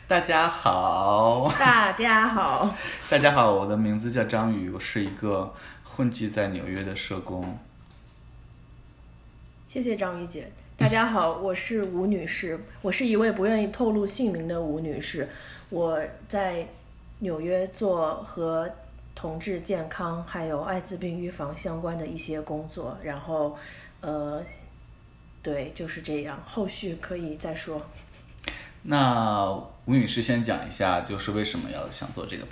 大家好， 大家好， 大家好，我的名字叫张宇，我是一个混迹在纽约的社工。 谢谢张宇姐。大家好，我是吴女士，我是一位不愿意透露姓名的吴女士。我在纽约做和同志健康还有艾滋病预防相关的一些工作，然后对，就是这样，后续可以再说。 那吴女士先讲一下，就是为什么想做这个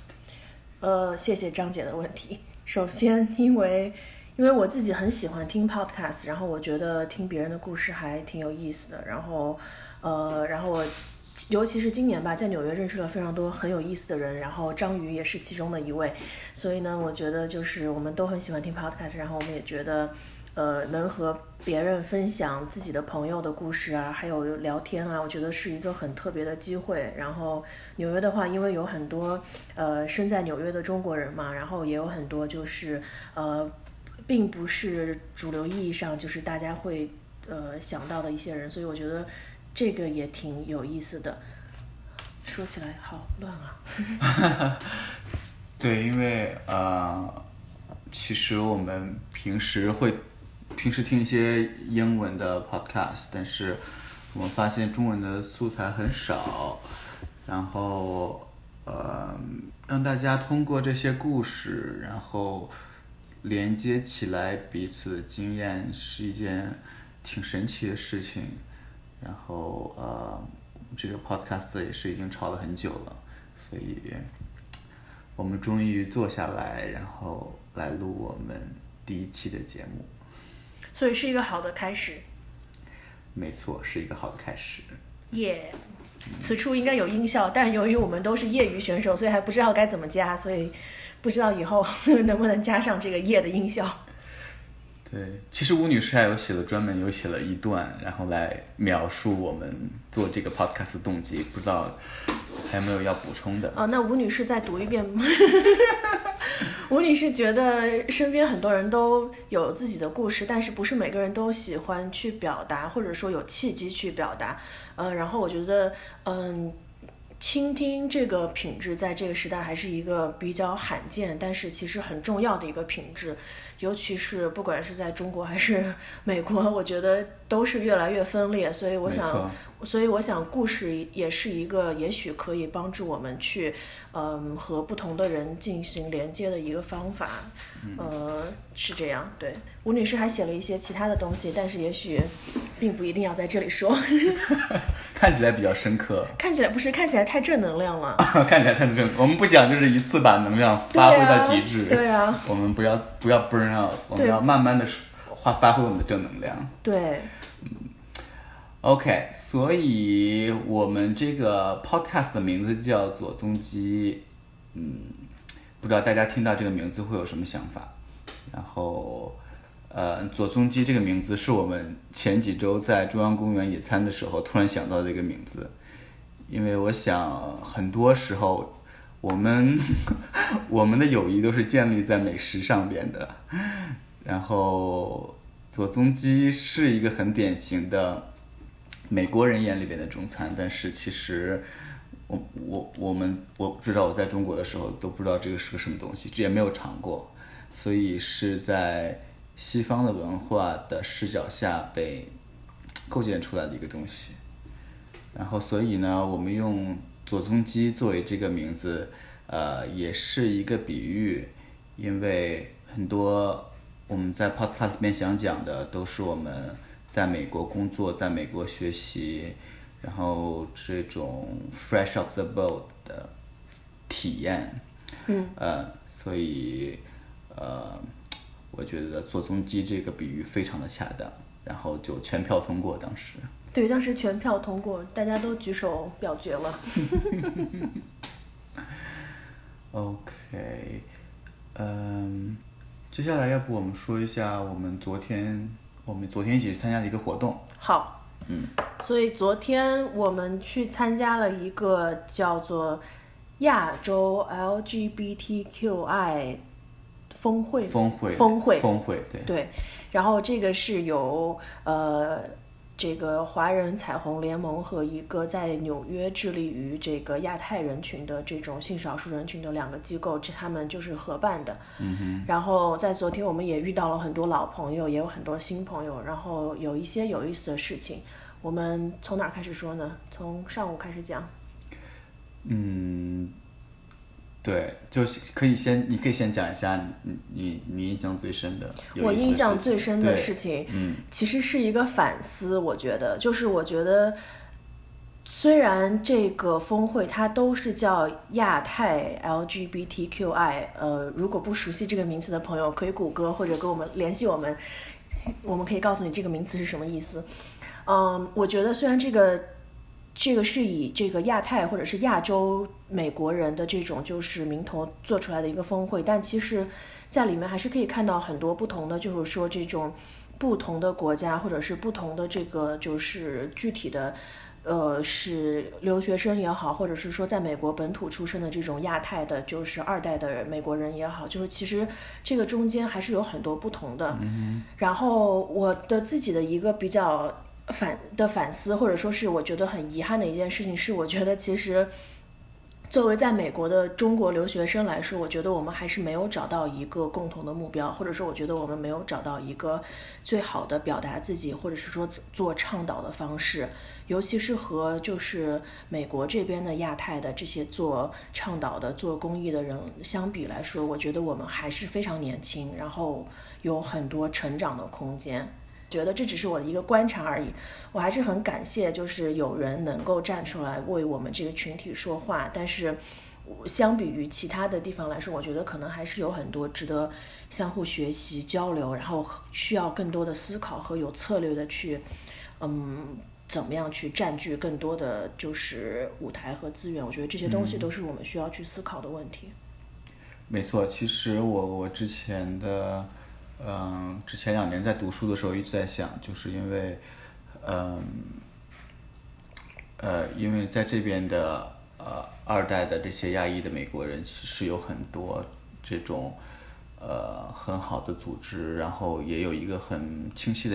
podcast？ 谢谢张姐的问题。首先，因为我自己很喜欢听 podcast， 然后我觉得听别人的故事还挺有意思的。然后我尤其是今年吧，在纽约认识了非常多很有意思的人，然后张宇也是其中的一位。所以呢，我觉得就是我们都很喜欢听 podcast， 然后我们也觉得能和别人分享自己的朋友的故事啊，还有聊天啊，我觉得是一个很特别的机会。然后纽约的话，因为有很多身在纽约的中国人嘛，然后也有很多就是并不是主流意义上就是大家会想到的一些人，所以我觉得这个也挺有意思的。说起来好乱啊。 对，因为其实我们平时听一些英文的 podcast， 但是我们发现中文的素材很少，然后让大家通过这些故事，然后连接起来彼此的经验，是一件挺神奇的事情。然后这个 podcast 也是已经炒了很久了，所以我们终于坐下来，然后来录我们第一期的节目。 所以是一个好的开始。 没错，是一个好的开始。 耶、此处应该有音效，但由于我们都是业余选手，所以还不知道该怎么加，所以不知道以后能不能加上这个夜的音效。 对，其实吴女士还专门有写了一段，然后来描述我们做这个 podcast 的动机，不知道还有没有要补充的？ 那吴女士再读一遍。吴女士觉得身边很多人都有自己的故事，但是不是每个人都喜欢去表达，或者说有契机去表达。然后我觉得倾听这个品质在这个时代还是一个比较罕见，但是其实很重要的一个品质。尤其是不管是在中国还是美国，我觉得都是越来越分裂，所以我想故事也是一个也许可以帮助我们去和不同的人进行连接的一个方法。是这样。对，吴女士还写了一些其他的东西，但是也许并不一定要在这里说。 看起来比较深刻。 看起来太正能量了。 看起来太正，我们不想就是一次把能量发挥到极致。 对啊， 我们不要 burn out， 我们要慢慢的发挥我们的正能量。 对。 OK， 所以我们这个 podcast 的名字叫左宗基。不知道大家听到这个名字会有什么想法？然后左宗基这个名字是我们前几周在中央公园野餐的时候突然想到的一个名字。因为我想很多时候我们的友谊都是建立在美食上边的，然后左宗基是一个很典型的美国人眼里边的中餐，但是其实我知道我在中国的时候都不知道这个是个什么东西，也没有尝过，所以是在西方的文化的视角下被构建出来的一个东西。然后所以呢，我们用左宗基作为这个名字也是一个比喻，因为很多我们在 podcast 里面想讲的都是我们在美国工作，在美国学习，然后这种 fresh off the boat 的体验。所以我觉得左宗基这个比喻非常的恰当，然后就全票通过。当时对，当时全票通过，大家都举手表决了。 OK， 接下来要不我们说一下我们昨天一起参加的一个活动。 好。所以昨天我们去参加了一个叫做亚洲 LGBTQI 峰会。 对。 对，然后这个是由这个华人彩虹联盟和一个在纽约致力于这个亚太人群的这种性少数人群的2个机构，他们就是合办的。然后在昨天我们也遇到了很多老朋友，也有很多新朋友，然后有一些有意思的事情。我们从哪儿开始说呢？从上午开始讲。 对，就是可以先，你可以先讲一下你印象最深的。 我印象最深的事情，其实是一个反思。我觉得，虽然这个峰会它都是叫亚太 LGBTQI，如果不熟悉这个名词的朋友，可以谷歌或者跟我们联系我们，我们可以告诉你这个名词是什么意思。我觉得虽然这个是以这个亚太或者是亚洲美国人的这种就是名头做出来的一个峰会，但其实在里面还是可以看到很多不同的，就是说这种不同的国家或者是不同的这个就是具体的是留学生也好，或者是说在美国本土出生的这种亚太的就是2代的美国人也好，就是其实这个中间还是有很多不同的。然后我的自己的一个比较反思，或者说是我觉得很遗憾的一件事情是，我觉得其实作为在美国的中国留学生来说，我觉得我们还是没有找到一个共同的目标，或者说我觉得我们没有找到一个最好的表达自己，或者是说做倡导的方式，尤其是和就是美国这边的亚太的这些做倡导的做公益的人相比来说，我觉得我们还是非常年轻，然后有很多成长的空间。觉得这只是我的一个观察而已，我还是很感谢就是有人能够站出来为我们这个群体说话，但是相比于其他的地方来说，我觉得可能还是有很多值得相互学习交流，然后需要更多的思考和有策略的去怎么样去占据更多的就是舞台和资源，我觉得这些东西都是我们需要去思考的问题。 没错，其实我之前2年在读书的时候一直在想，就是因为在这边的2代的这些亚裔的美国人，其实有很多这种很好的组织，然后也有一个很清晰的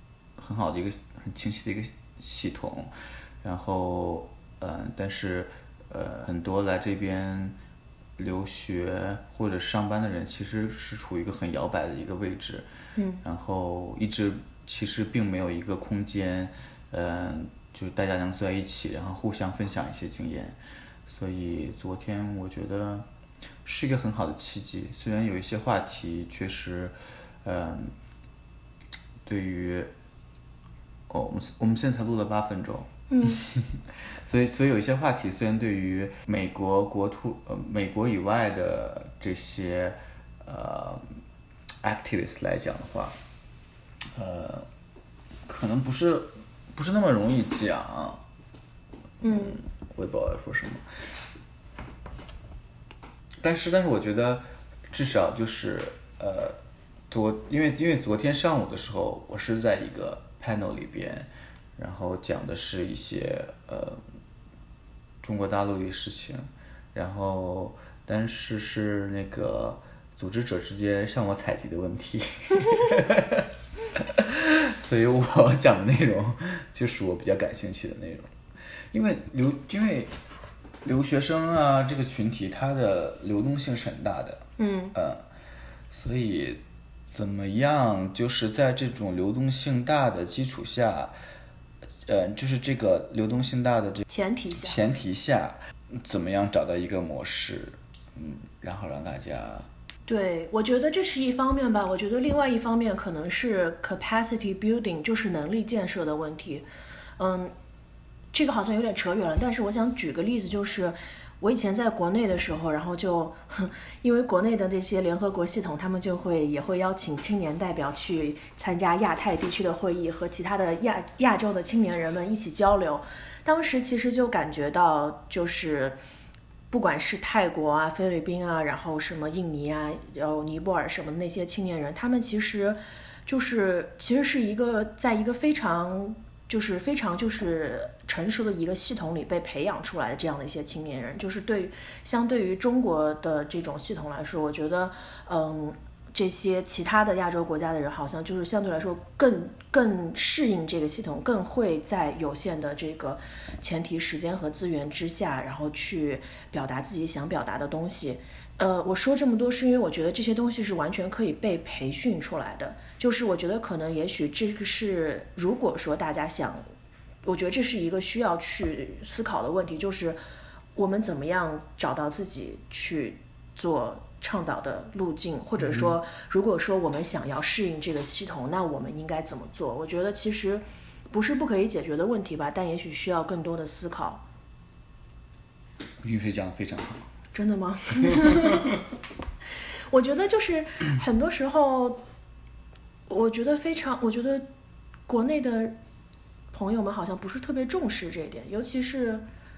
一个系统，然后但是很多来这边留学或者上班的人其实是处于一个很摇摆的一个位置，然后一直其实并没有一个空间，就是大家能坐在一起，然后互相分享一些经验，所以昨天我觉得是一个很好的契机。虽然有一些话题确实，对于我们现在才录了8分钟。所以有一些话题虽然对于美国以外的这些activists 来讲的话，可能不是那么容易讲。我也不知道要说什么。但是我觉得至少就是因为昨天上午的时候我是在一个 panel 里边，然后讲的是一些中国大陆的事情，然后但是那个组织者之间向我采集的问题所以我讲的内容就是我比较感兴趣的内容。因为留学生啊这个群体它的流动性是很大的，所以怎么样就是在这种流动性大的基础下，就是这个流动性大的这前提下怎么样找到一个模式，然后让大家。 对，我觉得这是一方面吧，我觉得另外一方面可能是 capacity building， 就是能力建设的问题。这个好像有点扯远了，但是我想举个例子，就是我以前在国内的时候，然后因为国内的这些联合国系统，他们也会邀请青年代表去参加亚太地区的会议，和其他的亚洲的青年人们一起交流。当时其实就感觉到，就是不管是泰国啊、菲律宾啊，然后什么印尼啊、然后尼泊尔什么的那些青年人，他们其实是在一个非常成熟的一个系统里被培养出来的这样的一些青年人，就是相对于中国的这种系统来说，我觉得这些其他的亚洲国家的人好像就是相对来说更适应这个系统，更会在有限的这个前提时间和资源之下，然后去表达自己想表达的东西。我说这么多是因为我觉得这些东西是完全可以被培训出来的，就是我觉得可能也许这个是如果说大家想，我觉得这是一个需要去思考的问题，就是我们怎么样找到自己去做倡导的路径，或者说如果说我们想要适应这个系统，那我们应该怎么做？我觉得其实不是不可以解决的问题吧，但也许需要更多的思考。 女士讲得非常好。 真的吗？我觉得就是很多时候我觉得国内的朋友们好像不是特别重视这一点，尤其是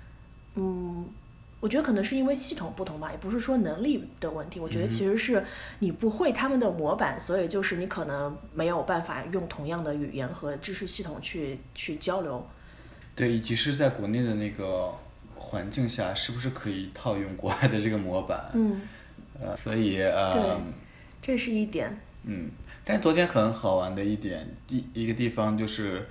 我觉得可能是因为系统不同吧，也不是说能力的问题。我觉得其实是你不会他们的模板，所以就是你可能没有办法用同样的语言和知识系统去交流。 对，以及是在国内的那个环境下，是不是可以套用国外的这个模板？所以对，这是一点。 但是昨天很好玩的一个地方就是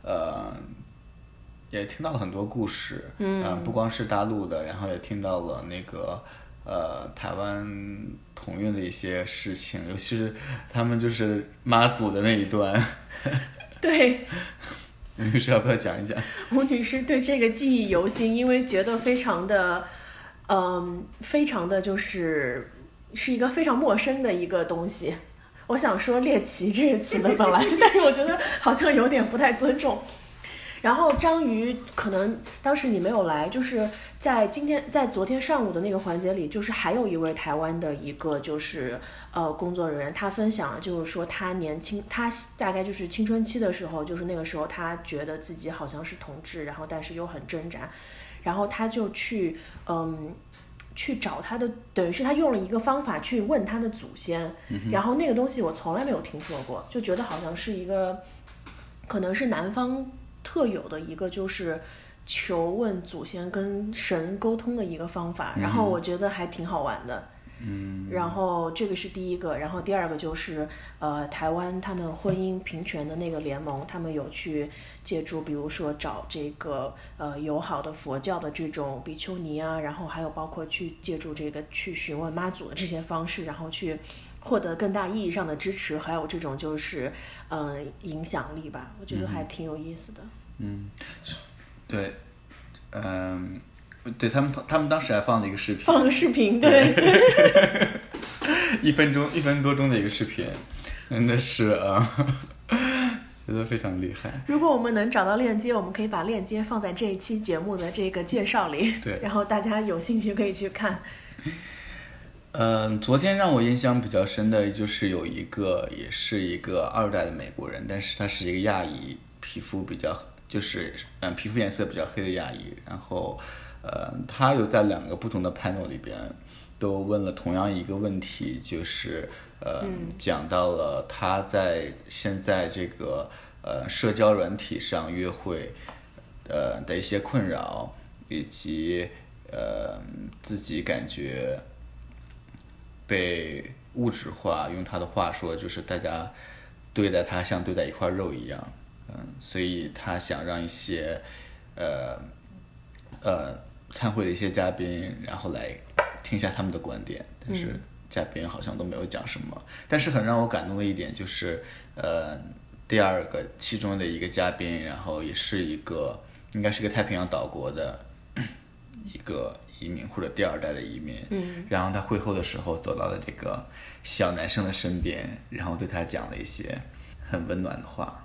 也听到了很多故事，不光是大陆的，然后也听到了那个台湾同运的一些事情，尤其是他们就是妈祖的那一段。 对。 吴女士要不要讲一讲？ 吴女士对这个记忆犹新，因为觉得非常的就是是一个非常陌生的一个东西。我想说猎奇这个词的本来，但是我觉得好像有点不太尊重。然后章鱼可能当时你没有来，就是在昨天上午的那个环节里，就是还有一位台湾的一个就是工作人员，他分享就是说他大概就是青春期的时候，就是那个时候他觉得自己好像是同志，然后但是又很挣扎，然后他就去找他的，等于是他用了一个方法去问他的祖先，然后那个东西我从来没有听说过，就觉得好像是一个可能是南方特有的一个就是求问祖先跟神沟通的一个方法，然后我觉得还挺好玩的。然后这个是第一个，然后第二个就是台湾他们婚姻平权的那个联盟，他们有去借助比如说找这个友好的佛教的这种比丘尼啊，然后还有包括去借助这个去询问妈祖的这些方式，然后去获得更大意义上的支持，还有这种就是影响力吧，我觉得还挺有意思的。 对，对他们当时还放了一个视频， 对 1分多钟的一个视频，真的是觉得非常厉害。 如果我们能找到链接，我们可以把链接放在这一期节目的这个介绍里， 对， 然后大家有兴趣可以去看。 昨天让我印象比较深的就是有一个也是一个2代的美国人，但是他是一个亚裔，皮肤颜色比较黑的亚裔，然后他有在2个不同的 panel 里边都问了同样一个问题，就是讲到了他在现在这个社交软体上约会的一些困扰，以及自己感觉被物质化，用他的话说就是大家对待他像对待一块肉一样，所以他想让一些参会的一些嘉宾然后来听一下他们的观点，但是嘉宾好像都没有讲什么。但是很让我感动的一点就是第2个其中的一个嘉宾，然后也是应该是个太平洋岛国的一个移民或者第2代的移民，然后他会后的时候走到了这个小男生的身边，然后对他讲了一些很温暖的话。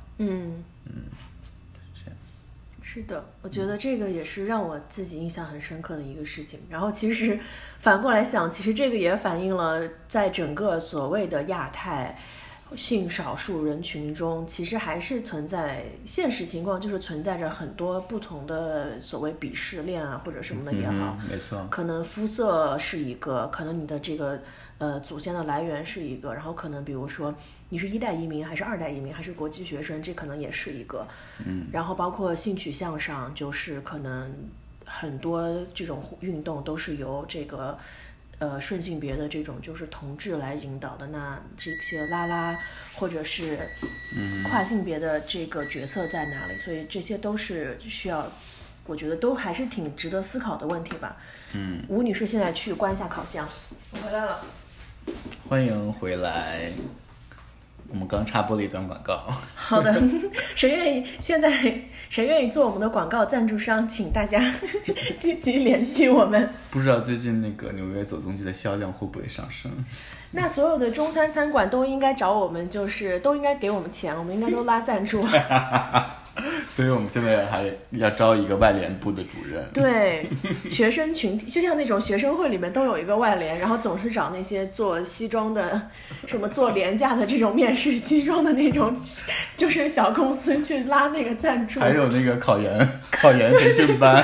是的，我觉得这个也是让我自己印象很深刻的一个事情。然后其实反过来想，其实这个也反映了在整个所谓的亚太性少数人群中，其实还是存在现实情况，就是存在着很多不同的所谓鄙视链啊，或者什么的也好， 没错， 可能肤色是一个，可能你的这个祖先的来源是一个，然后可能比如说你是1代移民还是2代移民还是国际学生，这可能也是一个，然后包括性取向上，就是可能很多这种运动都是由这个顺性别的这种就是同志来引导的，那这些拉拉或者是跨性别的这个角色在哪里？所以这些都是需要，我觉得都还是挺值得思考的问题吧。吴女士现在去关一下烤箱，我回来了。 欢迎回来。我们刚插播了一段广告。 好的，谁愿意做我们的广告赞助商，请大家积极联系我们。 不知道最近那个纽约左宗基的销量会不会上升？ 那所有的中餐餐馆都应该找我们，就是都应该给我们钱，我们应该都拉赞助。 所以我们现在还要招一个外联部的主任。 对，学生群体就像那种学生会里面都有一个外联，然后总是找那些做西装的，什么做廉价的这种面试西装的那种，就是小公司去拉那个赞助。 还有那个考研培训班。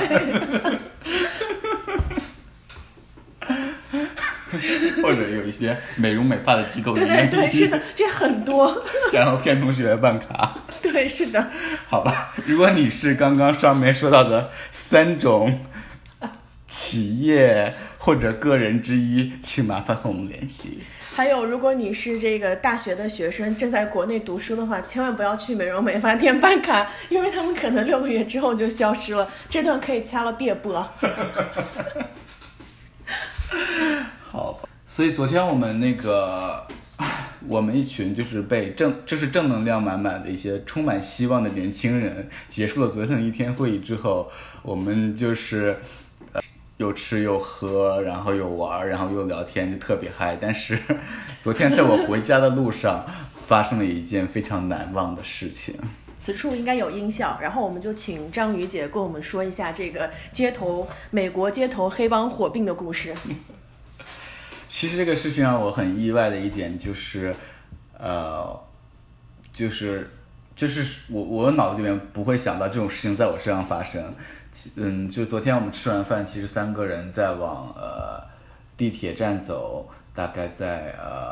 或者有一些美容美发的机构。 对，是的，这很多。 然后骗同学办卡。 对，是的。 好吧，如果你是刚刚上面说到的3种企业或者个人之一，请麻烦和我们联系。 还有，如果你是这个大学的学生，正在国内读书的话，千万不要去美容美发店办卡，因为他们可能6个月之后就消失了。这段可以掐了别播。 好吧，所以昨天我们我们一群就是正能量满满的一些充满希望的年轻人，结束了昨天的一天会议之后，我们就是又吃又喝，然后又玩，然后又聊天，就特别嗨。但是昨天在我回家的路上发生了一件非常难忘的事情。 此处应该有音效，然后我们就请张宇姐跟我们说一下这个美国街头黑帮火并的故事。 其实这个事情让我很意外的一点就是，我脑子里面不会想到这种事情在我身上发生。就昨天我们吃完饭，其实3个人在往地铁站走，大概在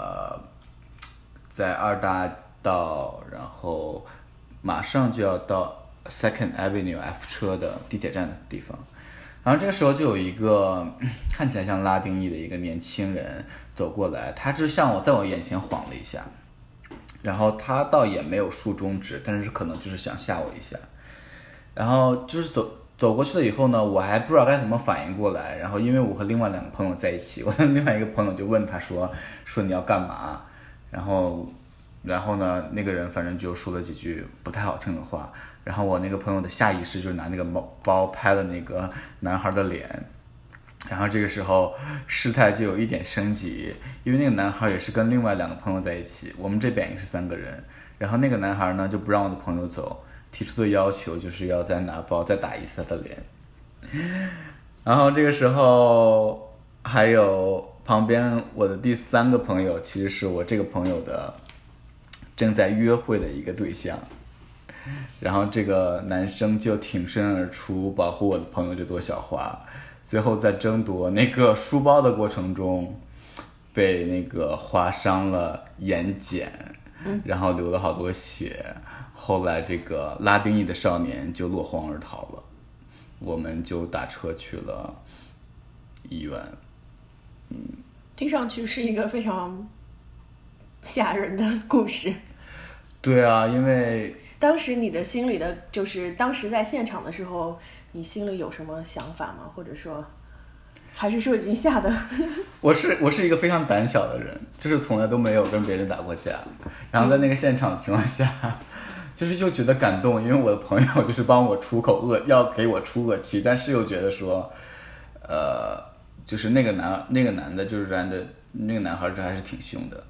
2大道，然后马上就要到 Second Avenue F 车的地铁站的地方。然后这个时候就有一个看起来像拉丁裔的一个年轻人走过来，他就在我眼前晃了一下，然后他倒也没有竖中指，但是可能就是想吓我一下。然后就是走过去了以后呢，我还不知道该怎么反应过来。然后因为我和另外2个朋友在一起，我的另外一个朋友就问他说你要干嘛？然后呢，那个人反正就说了几句不太好听的话。然后我那个朋友的下意识就是拿那个包拍了那个男孩的脸，然后这个时候事态就有一点升级，因为那个男孩也是跟另外2个朋友在一起，我们这边也是3个人。然后那个男孩呢就不让我的朋友走，提出的要求就是要再拿包再打一次他的脸。然后这个时候还有旁边我的第3个朋友，其实是我这个朋友的正在约会的一个对象。然后这个男生就挺身而出保护我的朋友这朵小花，最后在争夺那个书包的过程中被那个划伤了眼睑，然后流了好多血。后来这个拉丁裔的少年就落荒而逃了，我们就打车去了医院。 听上去是一个非常吓人的故事。 对啊，因为当时你的心里的就是当时在现场的时候，你心里有什么想法吗？或者说还是说已经吓得我是一个非常胆小的人，就是从来都没有跟别人打过架，然后在那个现场的情况下就是又觉得感动，因为我的朋友就是帮我要给我出恶气，但是又觉得说就是那个男的就是那个男孩还是挺凶的，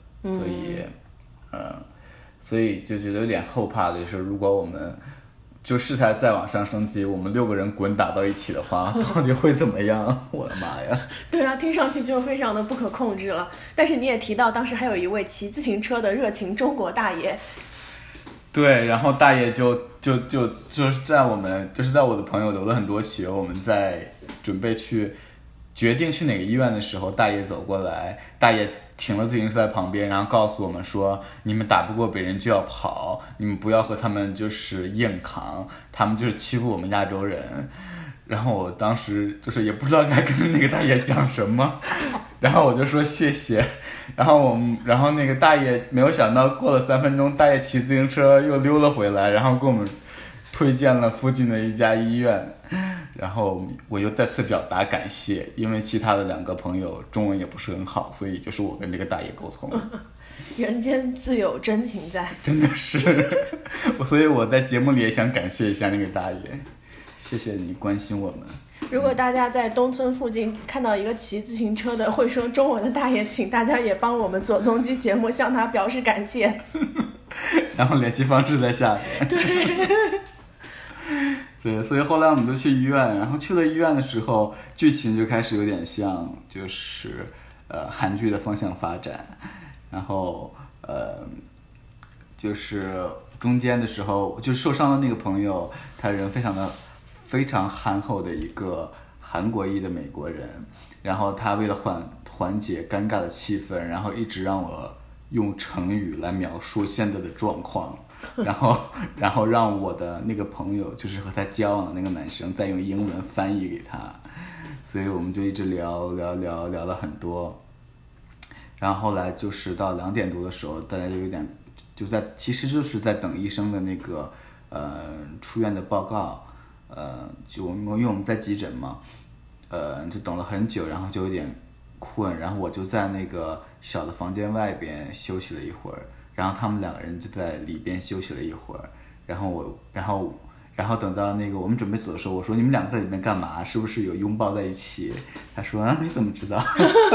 所以就觉得有点后怕的就是如果我们就事态再往上升级，我们6个人滚打到一起的话到底会怎么样？我的妈呀。 对啊，听上去就非常的不可控制了。但是你也提到当时还有一位骑自行车的热情中国大爷。 对，然后大爷就是在我的朋友流了很多血，我们在准备决定去哪个医院的时候，大爷走过来，大爷停了自行车在旁边，然后告诉我们说，你们打不过别人就要跑，你们不要和他们就是硬扛，他们就是欺负我们亚洲人。然后我当时就是也不知道该跟那个大爷讲什么， 然后我就说谢谢，然后那个大爷没有想到过了3分钟，大爷骑自行车又溜了回来，然后给我们推荐了附近的一家医院，然后我又再次表达感谢，因为其他的2个朋友中文也不是很好，所以就是我跟这个大爷沟通。 人间自有真情在， 真的是，所以我在节目里也想感谢一下那个大爷，谢谢你关心我们。 如果大家在东村附近看到一个骑自行车的会说中文的大爷，请大家也帮我们左宗基节目向他表示感谢。 然后联系方式在下面。对，所以后来我们就去医院，然后去了医院的时候，剧情就开始有点像就是韩剧的方向发展，然后就是中间的时候，就是受伤的那个朋友，他人非常憨厚的一个韩国裔的美国人，然后他为了缓解尴尬的气氛，然后一直让我用成语来描述现在的状况，然后让我的那个朋友，就是和他交往的那个男生，再用英文翻译给他，所以我们就一直聊了很多，然后后来就是到2点多的时候，大家就有点其实就是在等医生的那个出院的报告，因为我们在急诊嘛，就等了很久，然后就有点困，然后我就在那个小的房间外边休息了一会儿，然后他们2个人就在里边休息了一会儿，然后等到那个我们准备走的时候，我说你们2个在里面干嘛？是不是有拥抱在一起？他说啊，你怎么知道？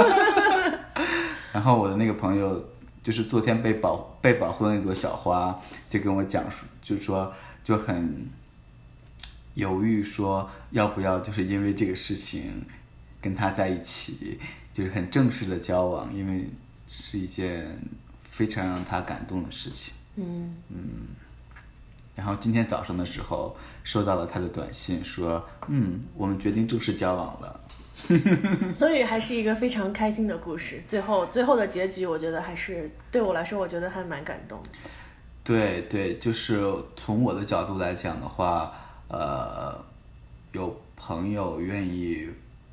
然后我的那个朋友就是昨天被保护的那朵小花，就跟我讲述，就是说就很犹豫说要不要就是因为这个事情跟他在一起，就是很正式的交往，因为是一件非常让他感动的事情。然后今天早上的时候收到了他的短信说我们决定正式交往了。 所以还是一个非常开心的故事，最后的结局我觉得还是对我来说我觉得还蛮感动的。 对，就是从我的角度来讲的话，有朋友愿意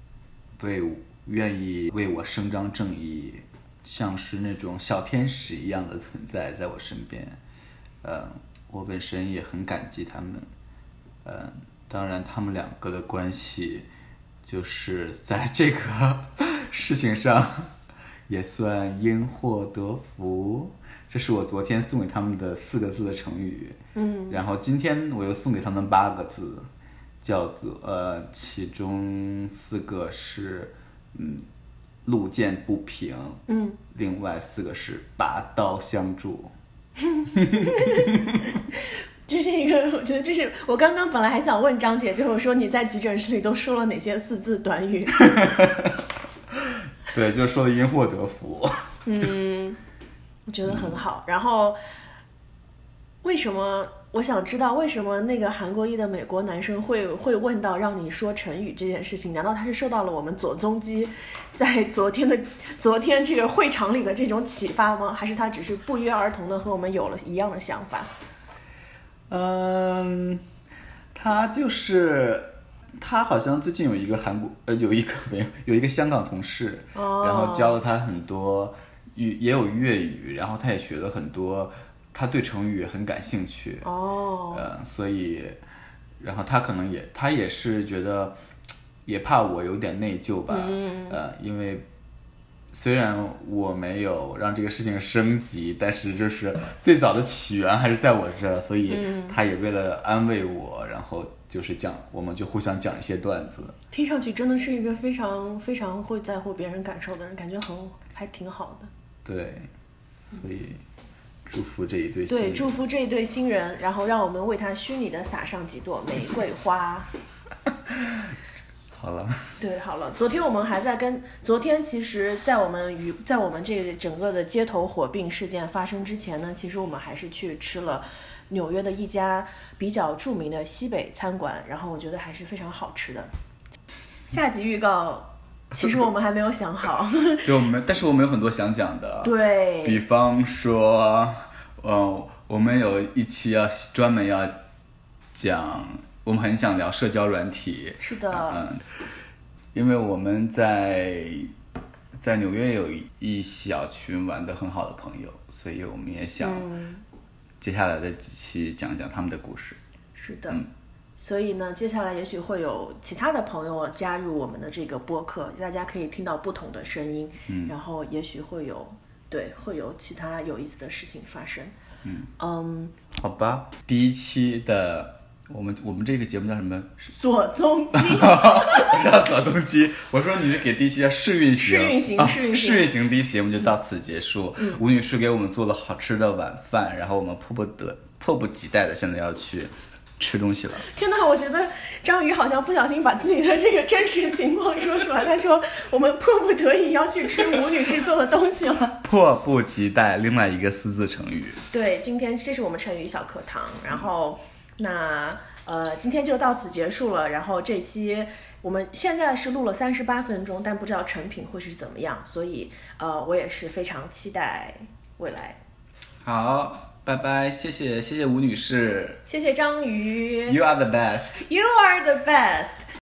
为我伸张正义，像是那种小天使一样的存在在我身边，我本身也很感激他们，当然他们2个的关系就是在这个事情上也算因祸得福，这是我昨天送给他们的4个字的成语，然后今天我又送给他们8个字，叫做其中4个是路见不平，另外4个是拔刀相助。 这是一个，我觉得这是我刚刚本来还想问张姐，就是说你在急诊室里都说了哪些4字短语？ 对，就说的因祸得福。 我觉得很好。然后我想知道为什么那个韩国裔的美国男生会问到让你说成语这件事情？难道他是受到了我们左宗基在昨天这个会场里的这种启发吗？还是他只是不约而同的和我们有了一样的想法？ 他好像最近有一个有一个香港同事，然后教了他很多也有粤语，然后他也学了很多，他对成语也很感兴趣，所以然后他也是觉得也怕我有点内疚吧，因为虽然我没有让这个事情升级，但是就是最早的起源还是在我这儿，所以他也为了安慰我，然后就是我们就互相讲一些段子。 听上去真的是一个非常非常会在乎别人感受的人，感觉还挺好的。 对，所以祝福这一对新人。 对，祝福这一对新人，然后让我们为他虚拟的撒上几朵玫瑰花。 好了， 对，好了。昨天其实在我们这个整个的街头火并事件发生之前呢，其实我们还是去吃了纽约的一家比较著名的西北餐馆，然后我觉得还是非常好吃的。下集预告，其实我们还没有想好。 对，但是我们有很多想讲的。 对， 比方说，我们有一期专门要讲。我们很想聊社交软体， 是的， 因为我们在在纽约有一小群玩得很好的朋友，所以我们也想接下来的几期讲讲他们的故事。 是的，所以呢，接下来也许会有其他的朋友加入我们的这个播客，大家可以听到不同的声音，然后也许会有其他有意思的事情发生。 好吧，第一期的我们这个节目叫什么？ 左宗基， 不是叫左宗基，我说你是给第一期叫试运行，试运行第一期节目就到此结束。吴女士给我们做了好吃的晚饭，然后我们迫不及待的现在要去吃东西了。 天哪，我觉得张宇好像不小心把自己的这个真实情况说出来。他说我们迫不得已要去吃吴女士做的东西了。 迫不及待，另外一个4字成语。 对，今天这是我们成语小课堂，然后今天就到此结束了。然后这期我们现在是录了38分钟，但不知道成品会是怎么样，所以我也是非常期待未来。 好，拜拜，谢谢吴女士， 谢谢章鱼。 You are the best. You are the best.